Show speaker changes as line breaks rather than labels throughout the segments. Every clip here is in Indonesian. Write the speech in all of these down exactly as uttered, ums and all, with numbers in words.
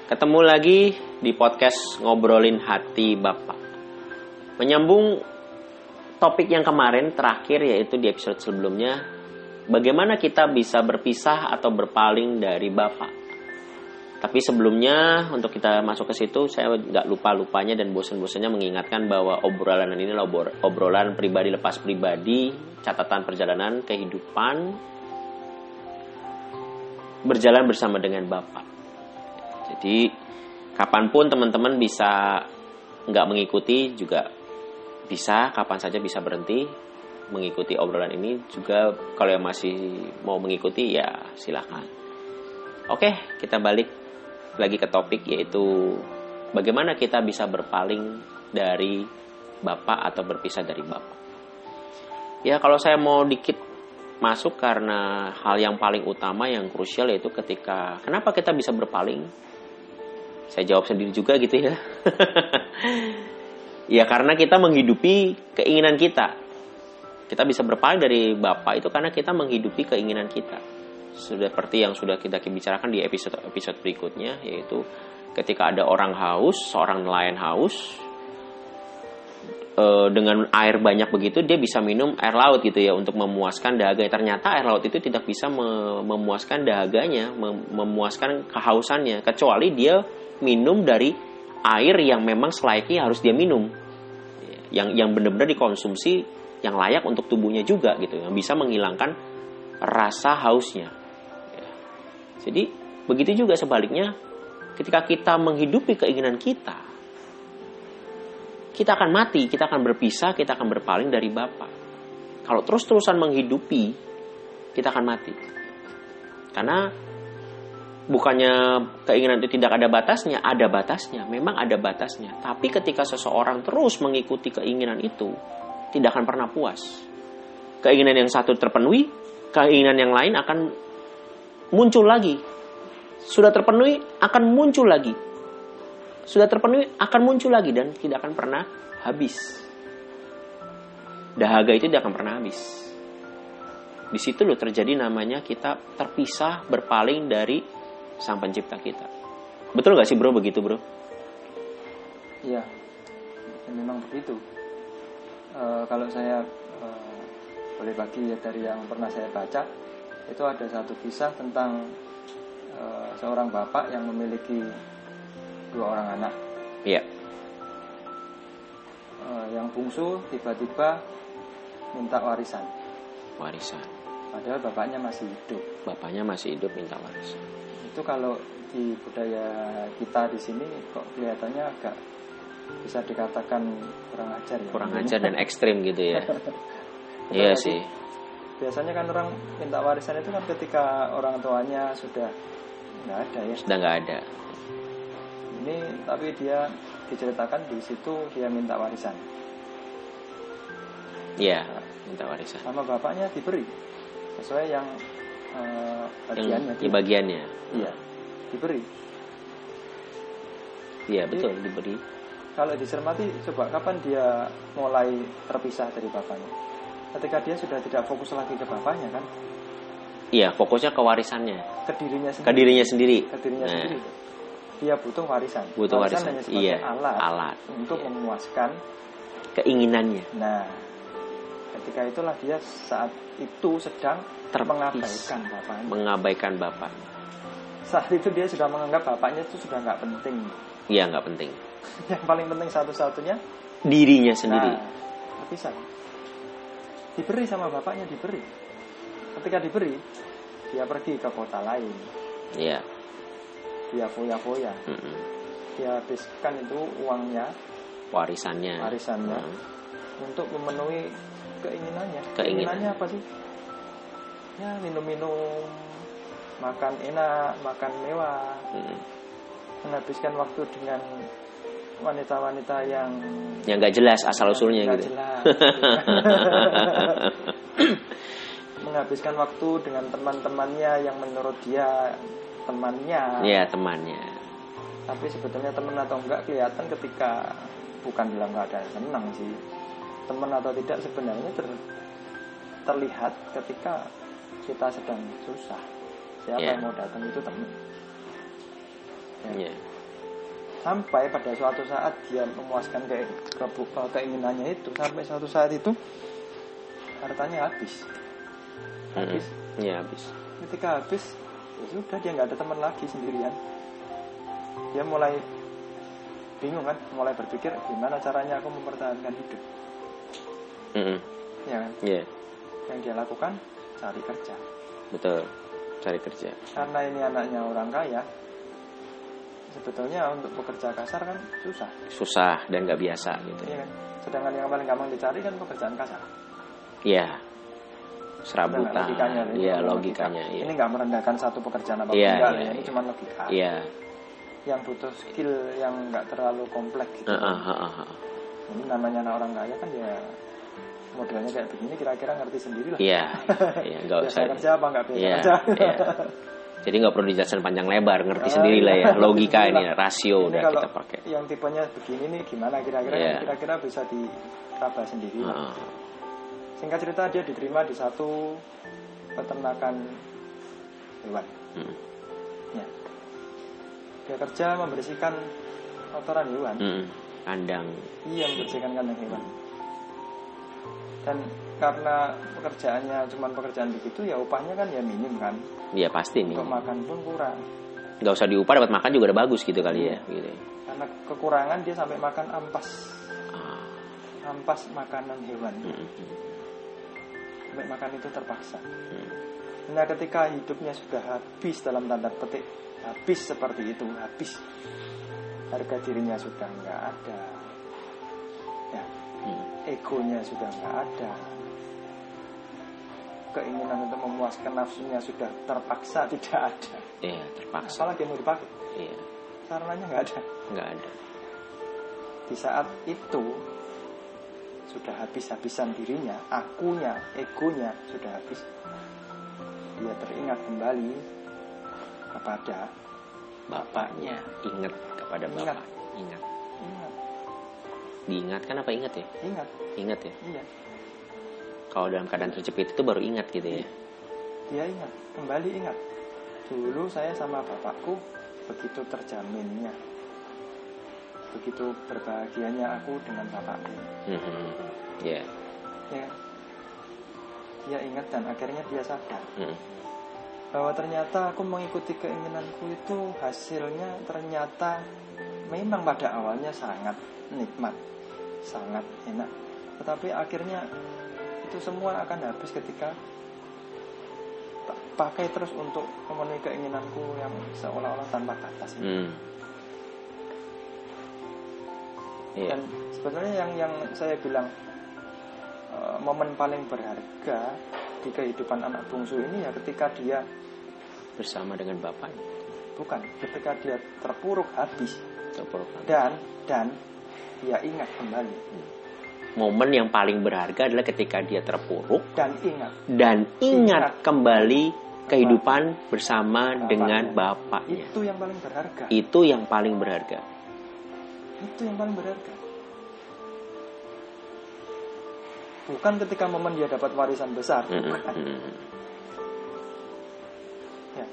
Ketemu lagi di podcast Ngobrolin Hati Bapak. Menyambung topik yang kemarin terakhir, yaitu di episode sebelumnya, bagaimana kita bisa berpisah atau berpaling dari Bapak. Tapi sebelumnya, untuk kita masuk ke situ, saya nggak lupa-lupanya dan bosan-bosannya mengingatkan bahwa obrolan ini adalah obrolan pribadi lepas pribadi, catatan perjalanan kehidupan, berjalan bersama dengan Bapak. Jadi kapanpun teman-teman bisa nggak mengikuti juga bisa, kapan saja bisa berhenti mengikuti obrolan ini juga. Kalau yang masih mau mengikuti ya silakan. Oke, kita balik lagi ke topik, yaitu bagaimana kita bisa berpaling dari Bapak atau berpisah dari Bapak. Ya, kalau saya mau dikit masuk karena hal yang paling utama yang krusial, yaitu ketika kenapa kita bisa berpaling. Saya jawab sendiri juga gitu ya. Ya karena kita menghidupi keinginan kita. Kita bisa berpaling dari Bapak itu karena kita menghidupi keinginan kita. Sudah seperti yang sudah kita bicarakan di episode-episode berikutnya, yaitu ketika ada orang haus, seorang nelayan haus, e, dengan air banyak begitu, dia bisa minum air laut gitu ya untuk memuaskan dahaganya. Ternyata air laut itu tidak bisa memuaskan dahaganya, memuaskan kehausannya, kecuali dia minum dari air yang memang selayaknya harus dia minum, yang yang benar-benar dikonsumsi, yang layak untuk tubuhnya juga gitu, yang bisa menghilangkan rasa hausnya. Jadi begitu juga sebaliknya, ketika kita menghidupi keinginan kita, kita akan mati, kita akan berpisah, kita akan berpaling dari Bapa. Kalau terus-terusan menghidupi, kita akan mati. Karena bukannya keinginan itu tidak ada batasnya, ada batasnya, memang ada batasnya. Tapi ketika seseorang terus mengikuti keinginan itu, tidak akan pernah puas. Keinginan yang satu terpenuhi, keinginan yang lain akan muncul lagi. Sudah terpenuhi, akan muncul lagi. Sudah terpenuhi, akan muncul lagi, dan tidak akan pernah habis. Dahaga itu tidak akan pernah habis. Di situ loh terjadi namanya kita terpisah, berpaling dari Sang Pencipta kita. Betul gak sih bro, begitu bro?
Iya, memang begitu. E, kalau saya e, boleh bagi ya dari yang pernah saya baca, itu ada satu kisah tentang e, seorang bapak yang memiliki dua orang anak.
Iya.
E, yang bungsu tiba-tiba minta warisan.
Warisan.
Padahal bapaknya masih hidup.
Bapaknya masih hidup minta warisan.
Itu kalau di budaya kita di sini kok kelihatannya agak bisa dikatakan kurang ajar ya.
Kurang ajar dan ekstrim gitu ya. Iya sih.
Biasanya kan orang minta warisan itu kan ketika orang tuanya sudah nggak ada ya.
Sudah nggak ada.
Ini tapi dia diceritakan di situ dia minta warisan.
Iya, minta warisan.
Sama bapaknya diberi sesuai yang uh, bagiannya.
Yang, bagiannya.
Iya, diberi.
Iya betul, diberi.
Kalau dicermati, coba kapan dia mulai terpisah dari bapaknya? Ketika dia sudah tidak fokus lagi ke bapaknya kan?
Iya, fokusnya ke warisannya.
Ke dirinya sendiri.
Ke dirinya sendiri.
Ke dirinya
nah.
sendiri. Dia butuh warisan.
Butuh warisan,
warisan hanya sebagai
iya,
alat,
alat
untuk
iya.
memuaskan
keinginannya.
Nah, ketika itulah dia saat itu sedang
Terpis,
mengabaikan bapaknya.
Mengabaikan bapaknya.
Saat itu dia sudah menganggap bapaknya itu sudah nggak penting.
Iya, nggak penting.
Yang paling penting satu-satunya
dirinya sendiri.
Nah, terpisah. Diberi sama bapaknya, diberi. Ketika diberi, dia pergi ke kota lain.
Iya.
Dia foya-foya.
Mm-mm.
Dia habiskan itu uangnya,
warisannya,
warisannya
mm.
untuk memenuhi keinginannya.
Keinginan.
Keinginannya apa sih? Ya minum-minum, makan enak, makan mewah, mm. menghabiskan waktu dengan wanita-wanita yang
yang nggak jelas asal usulnya gitu.
Jelas, menghabiskan waktu dengan teman-temannya yang menurut dia temannya.
Iya, temannya.
Tapi sebetulnya teman atau enggak kelihatan ketika bukan dalam keadaan senang sih. Teman atau tidak sebenarnya ter, terlihat ketika kita sedang susah. Siapa
yeah.
yang mau datang itu teman. Ya.
Yeah.
Sampai pada suatu saat dia memuaskan ke, ke, keinginannya itu, sampai suatu saat itu hartanya habis. Habis.
Iya, habis.
Ketika habis, ya sudah, dia nggak ada teman lagi, sendirian. Dia mulai bingung kan, mulai berpikir gimana caranya aku mempertahankan hidup.
Mm-hmm.
Ya kan?
Iya. Yeah.
Yang dia lakukan cari kerja.
Betul, cari kerja.
Karena ini anaknya orang kaya, sebetulnya untuk bekerja kasar kan susah.
Susah dan nggak biasa gitu.
Iya kan? Sedangkan yang paling gampang dicari kan pekerjaan kasar.
Iya. Serabutan.
Logikanya,
iya, logikanya.
Logika.
Iya.
Ini nggak merendahkan satu pekerjaan apapun,
iya,
enggak,
iya,
ya. Ini
iya.
cuma logika.
Iya.
Yang butuh skill yang nggak terlalu kompleks gitu.
Uh, uh, uh, uh.
Ini namanya anak orang kaya kan ya modelnya kayak begini, kira-kira ngerti sendiri lah.
Iya. Iya, nggak usah.
Biasa kerja apa nggak biasa
iya,
kerja.
Iya. Jadi nggak perlu dijelaskan panjang lebar, ngerti ah, sendiri lah ya. Logika ini, rasio udah kita pakai.
Yang tipenya begini nih gimana kira-kira, yeah. kira-kira bisa diraba sendiri lah. Uh. Singkat cerita dia diterima di satu peternakan hewan. Hmm. Ya. Dia kerja membersihkan kotoran hewan.
Hmm. Kandang.
Iya, membersihkan kandang hewan. Dan karena pekerjaannya cuma pekerjaan begitu, ya upahnya kan ya minim kan.
Iya pasti minim.
Untuk makan pun kurang.
Gak usah diupah, dapat makan juga udah bagus gitu kali ya. Gitu.
Karena kekurangan dia sampai makan ampas.
Ah.
Ampas makanan hewan.
Hmm.
Sampai makan itu terpaksa.
Hmm.
Nah ketika hidupnya sudah habis dalam tanda petik, habis seperti itu, habis, harga dirinya sudah nggak ada, ya, hmm. egonya sudah nggak ada, keinginan untuk memuaskan nafsunya sudah terpaksa tidak ada.
Iya, terpaksa.
Apalagi mau dipakai?
Iya.
Sarananya nggak ada.
Nggak ada.
Di saat itu sudah habis-habisan dirinya, akunya, egonya sudah habis. Dia teringat kembali kepada
bapaknya. Ingat kepada bapak.
Ingat.
Ingat.
Ingat.
Diingatkan apa ingat ya?
Ingat.
Ingat ya?
Iya.
Kalau dalam keadaan terjepit itu baru ingat gitu ya?
Dia ingat. Kembali ingat. Dulu saya sama bapakku begitu terjaminnya, begitu berbahagianya aku dengan bapakku.
Mm-hmm. Yeah.
Ya. Dia ingat dan akhirnya dia sadar
mm.
bahwa ternyata aku mengikuti keinginanku itu hasilnya ternyata memang pada awalnya sangat nikmat, sangat enak, tetapi akhirnya itu semua akan habis ketika tak pakai terus untuk memenuhi keinginanku yang seolah-olah tanpa batas ini. Mm. Yeah. Dan sebenarnya yang yang saya bilang uh, momen paling berharga di kehidupan anak bungsu ini ya ketika dia
bersama dengan bapaknya.
Bukan, ketika dia terpuruk habis.
Terpuruk habis.
Dan dan dia ingat kembali.
Hmm. Momen yang paling berharga adalah ketika dia terpuruk
dan ingat
dan ingat,
ingat
kembali kehidupan Bapak. bersama
Bapaknya.
dengan bapaknya.
Itu yang paling berharga.
Itu yang paling berharga.
Itu yang paling berharga. Bukan ketika momen dia dapat warisan besar,
mm-hmm.
bukan. Ya.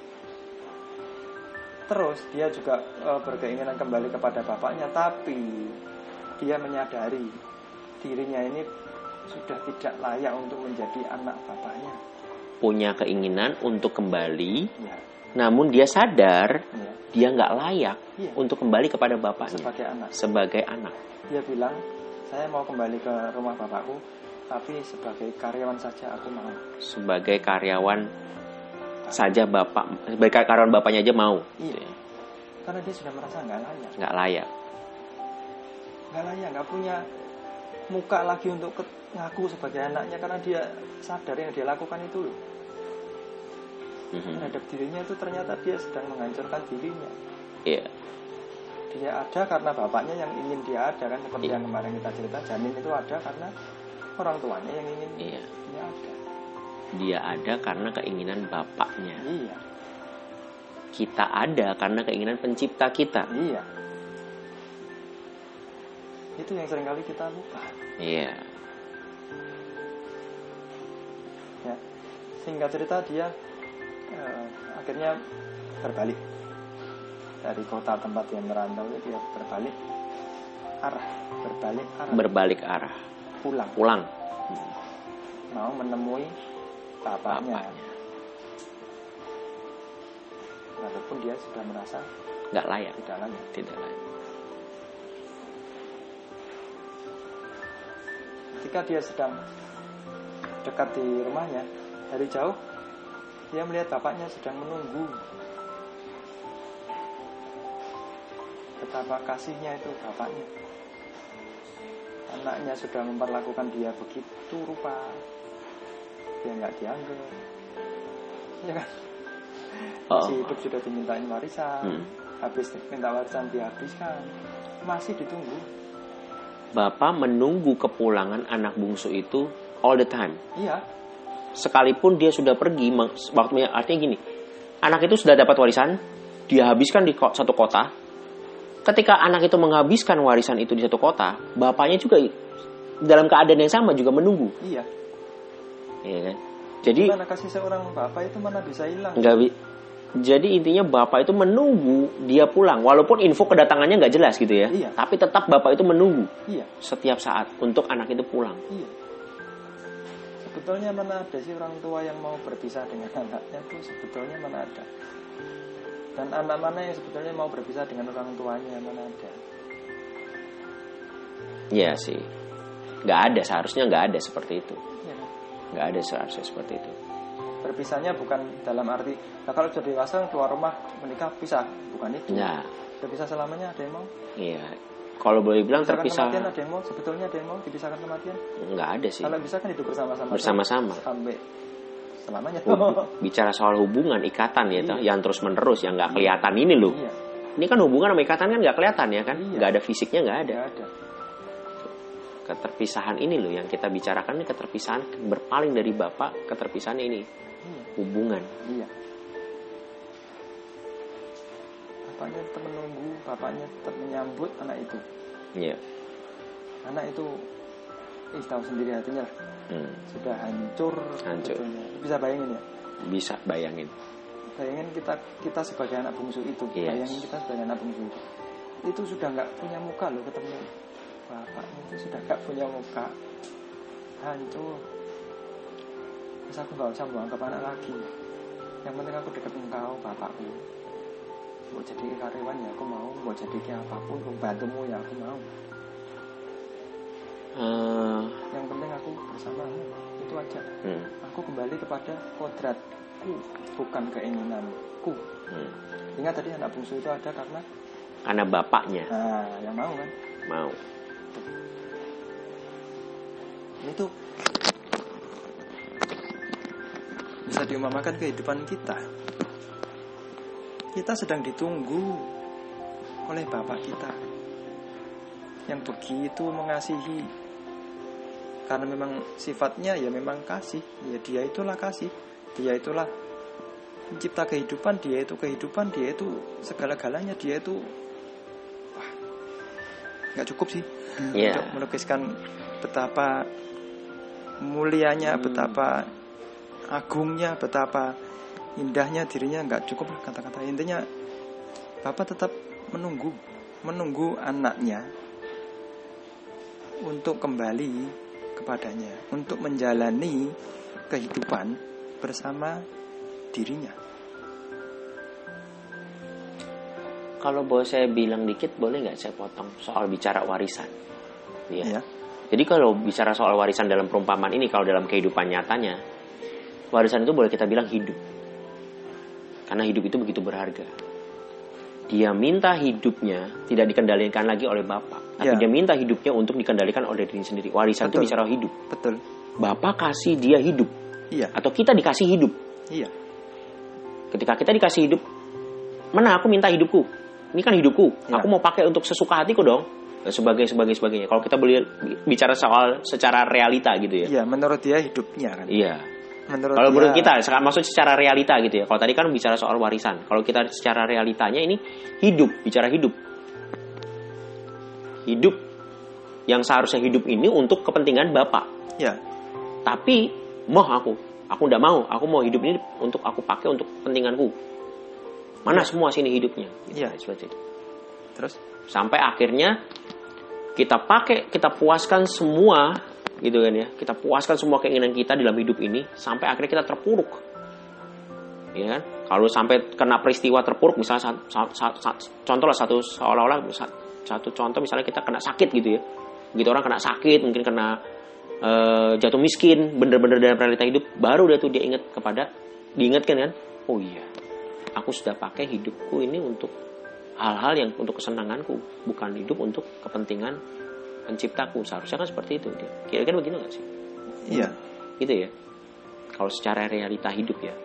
Terus dia juga uh, berkeinginan kembali kepada bapaknya, tapi dia menyadari dirinya ini sudah tidak layak untuk menjadi anak bapaknya.
Punya keinginan untuk kembali,
ya.
Namun dia sadar
ya.
dia nggak layak
ya.
untuk kembali kepada bapaknya
sebagai anak.
Sebagai anak.
Dia bilang, saya mau kembali ke rumah bapakku, tapi sebagai karyawan saja aku mau.
Sebagai karyawan Bapak. saja bapak, sebagai karyawan bapaknya aja mau.
Iya. Karena dia sudah merasa nggak layak.
Nggak layak.
Nggak layak, nggak punya muka lagi untuk ngaku sebagai anaknya karena dia sadar yang dia lakukan itu loh. Mm-hmm. Terhadap dirinya itu ternyata dia sedang menghancurkan dirinya.
Iya. Yeah.
Dia ada karena bapaknya yang ingin dia ada kan seperti
yeah.
yang kemarin kita cerita, janin itu ada karena orang tuanya yang ingin
iya.
dia ada.
Dia ada karena keinginan bapaknya.
Iya.
Kita ada karena keinginan pencipta kita.
Iya. Itu yang seringkali kita lupa.
Iya.
Ya. Singkat cerita dia uh, akhirnya berbalik. dari kota tempat dia merantau itu dia berbalik arah, berbalik arah,
berbalik arah,
pulang,
pulang,
mau menemui bapaknya.
bapaknya.
Walaupun dia sudah merasa
Nggak layak,
tidak layak.
tidak layak.
Ketika dia sedang dekat di rumahnya, dari jauh dia melihat bapaknya sedang menunggu. Betapa kasihnya itu bapaknya. Anaknya sudah memperlakukan dia begitu rupa, dia nggak dianggap, ya kan?
Oh.
Si hidup sudah dimintain warisan,
Hmm.
habis minta warisan dihabiskan, masih ditunggu.
Bapak menunggu kepulangan anak bungsu itu all the time.
Iya.
Sekalipun dia sudah pergi, waktunya artinya gini, anak itu sudah dapat warisan, dia habiskan di satu kota. Ketika anak itu menghabiskan warisan itu di satu kota, bapaknya juga dalam keadaan yang sama juga menunggu.
Iya.
Iya kan? Jadi
mana kasih seorang bapak itu mana bisa hilang?
Enggak bi- Jadi intinya bapak itu menunggu dia pulang, walaupun info kedatangannya nggak jelas gitu ya.
Iya.
Tapi tetap bapak itu menunggu
Iya.
setiap saat untuk anak itu pulang.
Iya. Sebetulnya mana ada sih orang tua yang mau berpisah dengan anaknya itu sebetulnya mana ada. Dan anak mana yang sebetulnya mau berpisah dengan orang tuanya mana ada.
Iya sih, nggak ada, seharusnya nggak ada seperti itu.
Iya.
Nggak ada seharusnya seperti itu.
Berpisahnya bukan dalam arti, nah kalau sudah dewasa keluar rumah menikah pisah, bukan itu.
Nah,
Sudah pisah selamanya ada yang mau?
iya. Kalau boleh bilang
Dipisahkan
terpisah,
kematian ada yang mau? Sebetulnya ada yang mau dipisahkan kematian?
nggak ada sih.
Kalau bisa kan hidup bersama-sama.
Bersama-sama.
Sampai selamanya.
Hub- bicara soal hubungan, ikatan ya, toh, yang terus menerus, yang nggak kelihatan ini loh.
Iya.
Ini kan hubungan sama ikatan kan nggak kelihatan ya kan,
Iya.
nggak ada fisiknya, nggak ada.
Nggak ada.
Keterpisahan ini loh yang kita bicarakan, ini keterpisahan berpaling dari bapak, keterpisahan ini
Iya.
hubungan.
Iya. Bapaknya tetap menunggu, bapaknya tetap menyambut anak itu.
Iya.
Anak itu, ih tahu sendiri hatinya lah.
Hmm.
Sudah hancur.
Hancur.
Sebetulnya. Bisa bayangin ya?
Bisa bayangin.
Bayangin kita kita sebagai anak bungsu itu.
Yes.
Bayangin kita sebagai anak bungsu itu. Itu sudah nggak punya muka loh ketemu bapaknya itu sudah nggak punya muka. Hancur. Terus aku nggak usah menganggap anak lagi. Yang penting aku dekat engkau, bapakku. Mau jadi karyawan ya aku mau, mau jadi kayak apapun, pembantumu ya aku mau.
Uh,
Yang penting aku bersamamu, itu aja.
hmm.
Aku kembali kepada kodratku, bukan keinginanku.
Hmm.
Ingat tadi anak bungsu itu ada karena
Karena bapaknya
nah, yang mau kan.
mau.
Itu bisa diumpamakan kehidupan kita. Kita sedang ditunggu oleh bapak kita yang begitu mengasihi. Karena memang sifatnya ya memang kasih. Ya dia itulah kasih. Dia itulah pencipta kehidupan. Dia itu kehidupan. Dia itu segala-galanya. Dia itu wah, gak cukup sih
Yeah.
untuk melukiskan betapa mulianya,
Hmm.
betapa agungnya, betapa indahnya dirinya. Gak cukup lah kata-kata. Intinya bapak tetap menunggu menunggu anaknya untuk kembali kepadanya, untuk menjalani kehidupan bersama dirinya.
Kalau boleh saya bilang dikit, boleh nggak saya potong soal bicara warisan? Ya.
Ya.
Jadi kalau bicara soal warisan dalam perumpamaan ini, kalau dalam kehidupan nyatanya, warisan itu boleh kita bilang hidup. Karena hidup itu begitu berharga. Dia minta hidupnya tidak dikendalikan lagi oleh bapak, tapi
Ya.
dia minta hidupnya untuk dikendalikan oleh diri sendiri. Warisan
Betul.
itu bicara hidup.
Betul.
Bapak kasih dia hidup,
Iya.
atau kita dikasih hidup.
Iya.
Ketika kita dikasih hidup, mana aku minta hidupku? Ini kan hidupku.
Ya.
Aku mau pakai untuk sesuka hatiku dong. Dan sebagai sebagai sebagainya. Kalau kita beli, bicara soal secara realita gitu ya.
Iya, menurut dia hidupnya kan.
Iya.
Menurut
Kalau
dia,
menurut kita, maksud secara realita gitu ya. Kalau tadi kan bicara soal warisan. Kalau kita secara realitanya ini hidup, bicara hidup. Hidup yang seharusnya hidup ini untuk kepentingan bapak.
ya,
Tapi mau aku, aku nggak mau. Aku mau hidup ini untuk aku pakai untuk kepentinganku. Mana
ya.
semua sini hidupnya. Gitu,
ya.
Seperti itu.
Terus
sampai akhirnya kita pakai, kita puaskan semua, gitu kan ya. Kita puaskan semua keinginan kita dalam hidup ini sampai akhirnya kita terpuruk. Ya kan? Kalau sampai kena peristiwa terpuruk, misalnya satu, satu, satu, contoh lah satu seolah-olah satu contoh misalnya kita kena sakit gitu ya. Begitu orang kena sakit, mungkin kena uh, jatuh miskin, bener-bener dalam realita hidup, baru dia tuh dia ingat kepada, diingatkan kan, oh iya, aku sudah pakai hidupku ini untuk hal-hal yang untuk kesenanganku, bukan hidup untuk kepentingan penciptaku. Seharusnya kan seperti itu. Kira-kira begitu nggak sih?
Iya.
Gitu ya. Kalau secara realita hidup ya.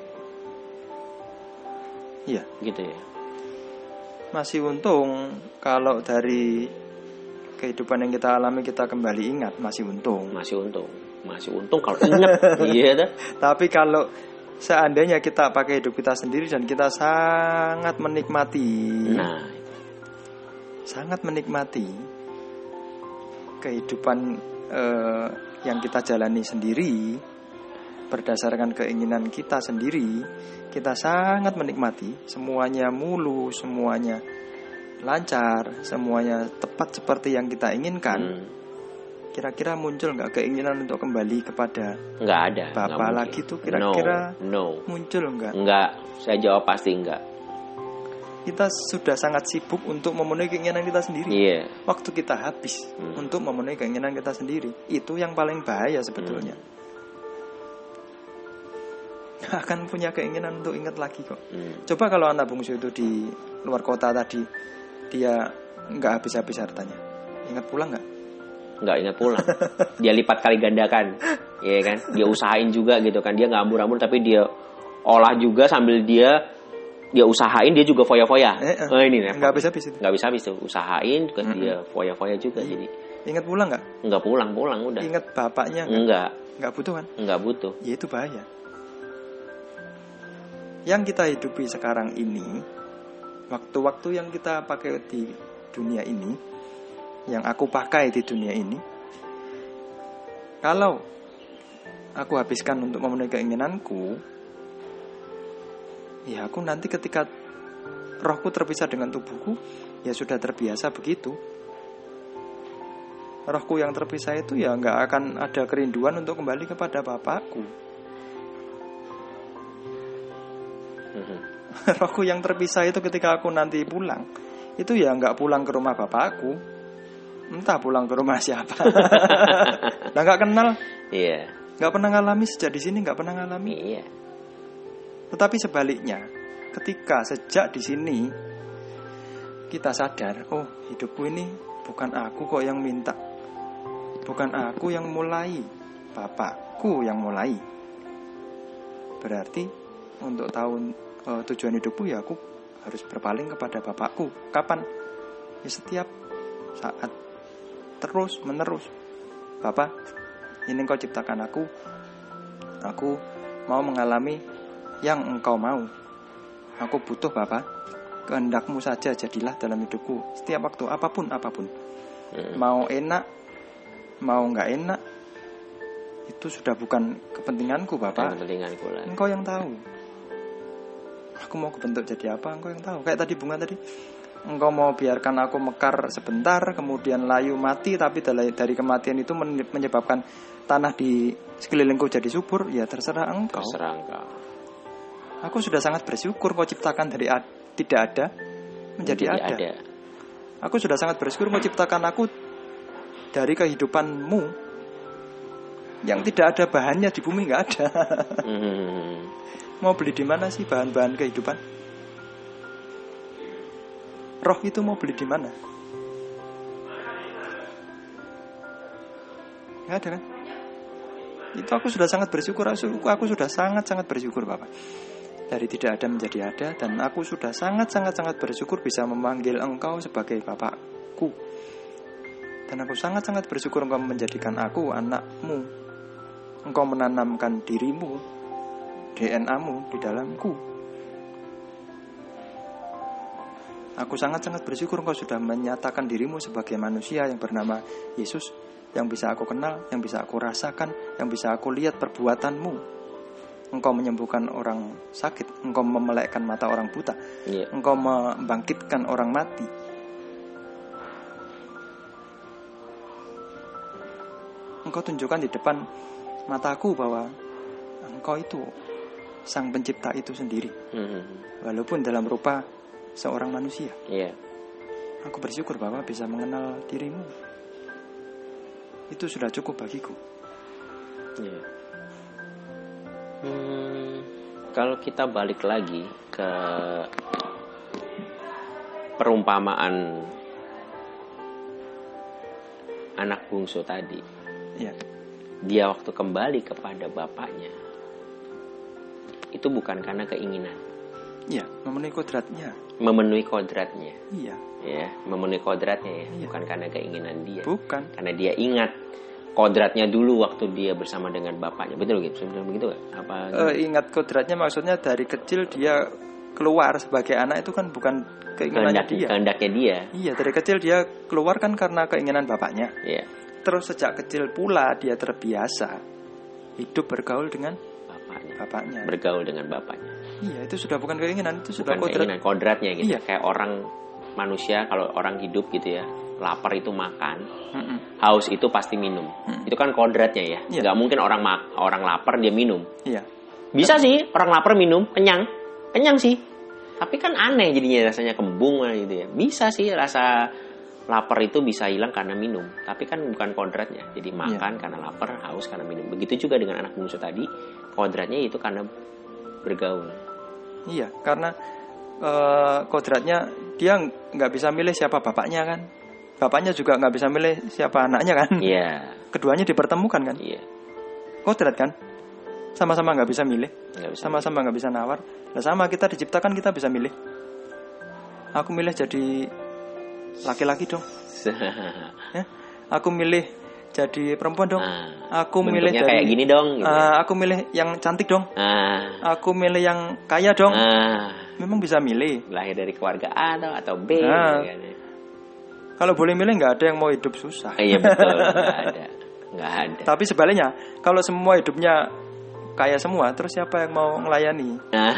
Iya.
Gitu ya.
Masih untung kalau dari kehidupan yang kita alami kita kembali ingat, masih untung.
Masih untung. Masih untung kalau ingat. Iya dah.
Tapi kalau seandainya kita pakai hidup kita sendiri dan kita sangat menikmati,
nah,
sangat menikmati kehidupan eh, yang kita jalani sendiri berdasarkan keinginan kita sendiri, kita sangat menikmati, semuanya mulus, semuanya lancar, semuanya tepat seperti yang kita inginkan. Hmm. Kira-kira muncul nggak keinginan untuk kembali kepada
nggak ada
Bapak
nggak
lagi tuh kira-kira
no, no.
muncul nggak?
Nggak, saya jawab pasti nggak.
Kita sudah sangat sibuk untuk memenuhi keinginan kita sendiri.
Yeah.
Waktu kita habis hmm. untuk memenuhi keinginan kita sendiri, itu yang paling bahaya sebetulnya. Hmm. Akan punya keinginan untuk ingat lagi kok. Hmm. Coba kalau anak bungsu itu di luar kota tadi, dia nggak habis-habis hartanya, ingat pulang nggak?
Nggak ingat pulang. Dia lipat kali gandakan, ya kan? Dia usahain juga gitu kan. Dia nggak ambur-ambur tapi dia olah juga sambil dia dia usahain, dia juga foya-foya.
Eh, eh.
Oh ini nih.
Nggak habis-habis itu.
Nggak habis-habis tuh. Usahain, terus mm-hmm. dia foya-foya juga.
Iya.
Jadi.
Ingat pulang nggak?
Nggak pulang-pulang udah.
Ingat bapaknya? Nggak.
Nggak.
Nggak butuh kan?
Nggak butuh.
Ya itu bahaya. Yang kita hidupi sekarang ini, waktu-waktu yang kita pakai di dunia ini, yang aku pakai di dunia ini, kalau aku habiskan untuk memenuhi keinginanku, ya aku nanti ketika rohku terpisah dengan tubuhku, ya sudah terbiasa begitu. Rohku yang terpisah itu ya nggak akan ada kerinduan untuk kembali kepada Bapakku. Mm-hmm. Rohku yang terpisah itu ketika aku nanti pulang, itu ya nggak pulang ke rumah Bapakku, entah pulang ke rumah siapa. Nah nggak kenal,
iya.
Nggak pernah ngalami sejak di sini, nggak pernah ngalami.
Iya.
Tetapi sebaliknya, ketika sejak di sini kita sadar, oh hidupku ini bukan aku kok yang minta, bukan aku yang mulai, Bapakku yang mulai. Berarti untuk tahun uh, tujuan hidupku ya aku harus berpaling kepada Bapakku. Kapan? Ya setiap saat, terus menerus. Bapak, ini Engkau ciptakan aku, aku mau mengalami yang Engkau mau. Aku butuh Bapak, kehendak-Mu saja jadilah dalam hidupku. Setiap waktu, apapun apapun, hmm. mau enak, mau nggak enak, itu sudah bukan kepentinganku Bapak.
Kepentinganku lah.
Engkau yang tahu. Aku mau kebentuk jadi apa, Engkau yang tahu. Kayak tadi bunga tadi, Engkau mau biarkan aku mekar sebentar, kemudian layu mati, tapi dari kematian itu menyebabkan tanah di sekelilingku jadi subur, ya terserah Engkau.
Terserah Engkau.
Aku sudah sangat bersyukur Kau ciptakan dari ad, tidak ada menjadi, menjadi ada. ada. Aku sudah sangat bersyukur Kau ciptakan aku dari kehidupan-Mu yang tidak ada bahannya di bumi, nggak ada. hmm. Mau beli di mana sih bahan-bahan kehidupan? Roh itu mau beli di mana? Nggak ada kan? Itu aku sudah sangat bersyukur. Aku sudah sangat-sangat bersyukur Bapak. Dari tidak ada menjadi ada. Dan aku sudah sangat-sangat-sangat bersyukur bisa memanggil Engkau sebagai Bapakku. Dan aku sangat-sangat bersyukur Engkau menjadikan aku anak-Mu. Engkau menanamkan diri-Mu, D N A-Mu di dalamku. Aku sangat-sangat bersyukur Engkau sudah menyatakan diri-Mu sebagai manusia yang bernama Yesus, yang bisa aku kenal, yang bisa aku rasakan, yang bisa aku lihat perbuatan-Mu. engkau menyembuhkan orang sakit, engkau memelekkan mata orang buta,
yeah.
engkau membangkitkan orang mati. Engkau tunjukkan di depan mataku bahwa engkau itu sang pencipta itu sendiri, mm-hmm. walaupun dalam rupa seorang manusia.
Yeah.
Aku bersyukur bahwa bisa mengenal dirimu. Itu sudah cukup bagiku.
Yeah. Hmm, kalau kita balik lagi ke perumpamaan anak bungsu tadi,
ya.
Dia waktu kembali kepada bapaknya, itu bukan karena keinginan,
iya, memenuhi kodratnya,
memenuhi kodratnya,
iya,
ya, memenuhi kodratnya ya,
iya.
Bukan karena keinginan dia,
bukan,
karena dia ingat kodratnya dulu waktu dia bersama dengan bapaknya. Betul gitu? Sebenarnya begitu gak? Apa?
Uh, ingat kodratnya maksudnya dari kecil dia keluar sebagai anak itu kan bukan keinginannya
Kehendak,
dia.
Kehendaknya dia.
Iya, dari kecil dia keluar kan karena keinginan bapaknya.
Iya.
Terus sejak kecil pula dia terbiasa hidup bergaul dengan
bapaknya.
Bapaknya.
Bergaul dengan bapaknya.
Iya, itu sudah bukan keinginan, itu sudah
bukan
kodrat.
Keinginan, kodratnya gitu.
Iya.
Kayak orang manusia kalau orang hidup gitu ya. Lapar itu makan,
Mm-mm.
haus itu pasti minum. Mm. Itu kan kodratnya ya.
Iya.
Gak mungkin orang ma- orang lapar dia minum.
Iya.
Bisa sih orang lapar minum, kenyang, kenyang sih. Tapi kan aneh jadinya rasanya kembung gitu ya. Bisa sih rasa lapar itu bisa hilang karena minum. Tapi kan bukan kodratnya. Jadi makan iya. karena lapar, haus karena minum. Begitu juga dengan anak bungsu tadi, kodratnya itu karena bergaul.
Iya, karena uh, kodratnya dia nggak bisa milih siapa bapaknya kan. Bapaknya juga nggak bisa milih siapa anaknya kan.
Iya.
Keduanya dipertemukan kan.
Iya.
Kodrat kan. Sama-sama nggak bisa milih.
Gak bisa
sama-sama nggak bisa nawar. Nah sama kita diciptakan kita bisa milih. Aku milih jadi laki-laki dong. Ya? Aku milih jadi perempuan dong.
Nah,
aku milih
jadi kayak gini dong. Gitu.
Uh, aku milih yang cantik dong.
Nah.
Aku milih yang kaya dong.
Nah.
Memang bisa milih.
Lahir dari keluarga A atau, atau B.
Nah.
Gitu.
Kalau boleh milih nggak ada yang mau hidup susah.
Iya betul, nggak ada, nggak ada.
Tapi sebaliknya, kalau semua hidupnya kaya semua, terus siapa yang mau melayani?
Nah.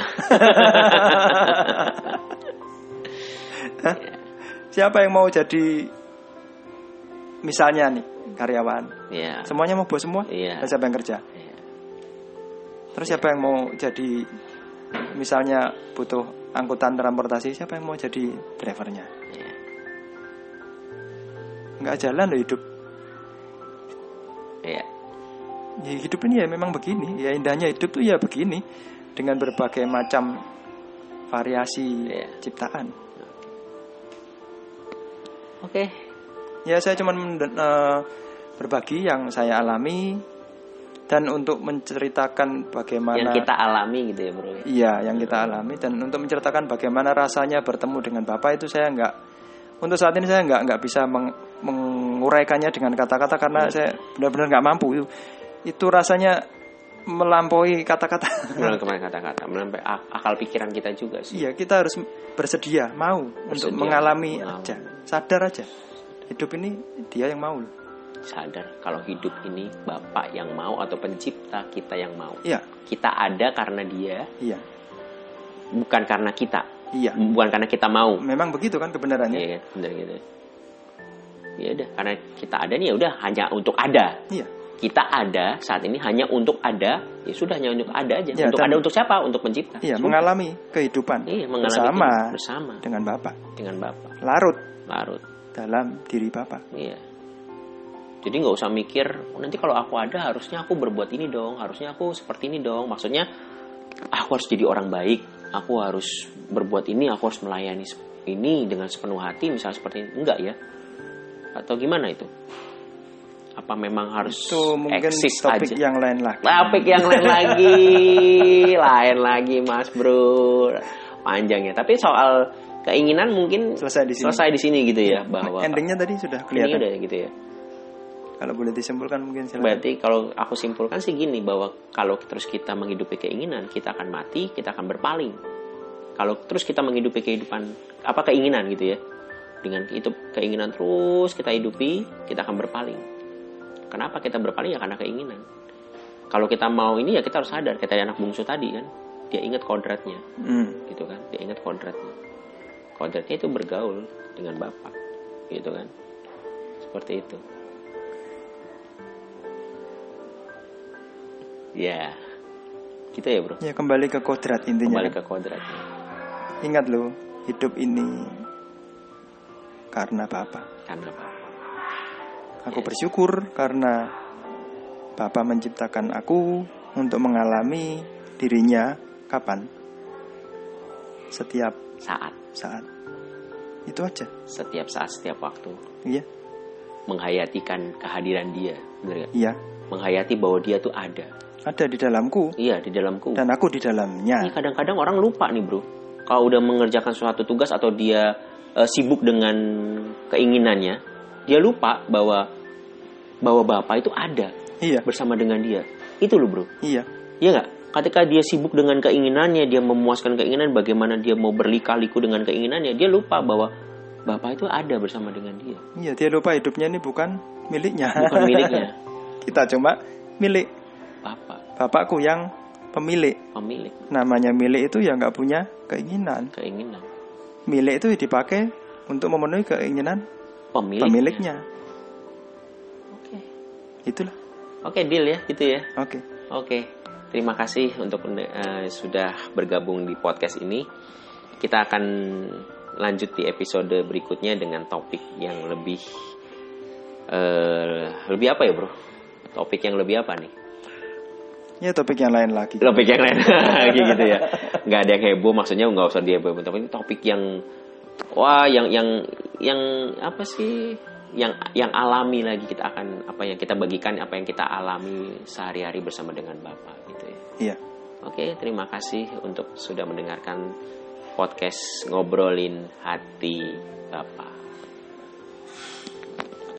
Hah? Siapa yang mau jadi, misalnya nih karyawan?
Iya.
Semuanya mau bos semua?
Iya.
Dan siapa yang kerja?
Iya.
Terus siapa yang mau jadi, misalnya butuh angkutan transportasi, siapa yang mau jadi drivernya?
Iya.
Nggak jalan loh hidup.
Iya.
Ya, hidup ini ya memang begini. Ya indahnya hidup tuh ya begini, dengan berbagai macam variasi
iya.
ciptaan.
Oke. Okay.
Ya saya cuma uh, berbagi yang saya alami dan untuk menceritakan bagaimana
yang kita alami gitu ya bro.
Iya yang kita alami dan untuk menceritakan bagaimana rasanya bertemu dengan Bapak itu saya nggak. Untuk saat ini saya nggak nggak bisa meng, menguraikannya dengan kata-kata karena hmm. saya benar-benar nggak mampu itu. Itu rasanya melampaui kata-kata.
Melampaui kata-kata, melampaui akal pikiran kita juga sih.
Iya, kita harus bersedia, mau bersedia, untuk mengalami
mau.
aja, sadar aja. Hidup ini dia yang mau loh.
Sadar kalau hidup ini Bapak yang mau atau pencipta kita yang mau.
Iya.
Kita ada karena dia.
Iya.
Bukan karena kita.
Iya.
Bukan karena kita mau.
Memang begitu kan kebenarannya.
Iya, benar gitu. Ya udah, karena kita ada nih ya udah hanya untuk ada.
Iya.
Kita ada saat ini hanya untuk ada, ya sudah hanya untuk ada aja.
Ya,
untuk ada untuk siapa? Untuk pencipta.
Iya,
sudah.
Mengalami kehidupan.
Iya, mengalami
bersama,
kehidupan bersama
dengan Bapak.
Dengan Bapak.
Larut.
Larut
dalam diri Bapak.
Iya. Jadi nggak usah mikir nanti kalau aku ada harusnya aku berbuat ini dong, harusnya aku seperti ini dong. Maksudnya aku harus jadi orang baik. Aku harus berbuat ini, aku harus melayani ini dengan sepenuh hati, misalnya seperti ini. Enggak ya? Atau gimana itu? Apa memang harus
itu mungkin
eksis
topik
aja?
yang lain lagi.
Topik yang lain lagi, lain lagi Mas Bro. Panjangnya. Tapi soal keinginan mungkin
selesai di sini.
Selesai di sini gitu ya, bahwa
endingnya tadi sudah kelihatan.
Ini udah gitu ya.
Kalau boleh disimpulkan mungkin silakan.
Berarti kalau aku simpulkan sih gini, bahwa kalau terus kita menghidupi keinginan, kita akan mati, kita akan berpaling. Kalau terus kita menghidupi kehidupan, apa keinginan gitu ya, dengan itu keinginan terus kita hidupi, kita akan berpaling. Kenapa kita berpaling? Ya karena keinginan. kalau kita mau ini ya kita harus sadar, kayak tadi anak bungsu tadi kan, dia ingat kodratnya,
Hmm.
gitu kan, dia ingat kodratnya, kodratnya itu bergaul dengan bapak, gitu kan, seperti itu. Ya, gitu ya bro.
Ya kembali ke kodrat intinya.
Kembali
kan?
ke kodratnya.
Ingat loh, hidup ini karena Bapak.
Karena bapak.
Aku
Ya.
bersyukur karena Bapak menciptakan aku untuk mengalami dirinya kapan? Setiap
Saat,
saat. Itu aja.
setiap saat, setiap waktu,
Iya,
menghayatikan kehadiran dia, bener gak?
iya.
Menghayati bahwa dia tuh ada.
Ada di dalamku
Iya, di dalamku.
dan aku di dalamnya.
Ini kadang-kadang orang lupa nih bro, kalau udah mengerjakan suatu tugas atau dia uh, sibuk dengan keinginannya, dia lupa bahwa bahwa bapak itu ada
Iya,
bersama dengan dia. Itu loh bro.
iya.
Iya nggak? Ketika dia sibuk dengan keinginannya, dia memuaskan keinginan, bagaimana dia mau berlika-liku dengan keinginannya, dia lupa bahwa bapak itu ada bersama dengan dia.
Iya, dia lupa hidupnya ini bukan miliknya.
Bukan miliknya.
Kita cuma milik.
Bapak,
Bapakku yang pemilik.
pemilik,
Namanya milik itu ya nggak punya keinginan.
keinginan.
Milik itu dipakai untuk memenuhi keinginan
Pemiliknya.
pemiliknya.
Oke.
Itulah.
Oke, deal ya, gitu ya.
Oke.
Oke. Terima kasih untuk uh, sudah bergabung di podcast ini. Kita akan lanjut di episode berikutnya dengan topik yang lebih uh, lebih apa ya, bro? Topik yang lebih apa nih?
Ya topik yang lain lagi.
Topik yang lain lagi gitu ya. Nggak ada yang heboh, maksudnya nggak usah dihebohin. Tapi topik yang wah, yang yang yang apa sih? Yang yang alami lagi, kita akan apa yang kita bagikan, apa yang kita alami sehari-hari bersama dengan Bapak gitu ya.
Iya.
Oke, terima kasih untuk sudah mendengarkan podcast Ngobrolin Hati Bapak.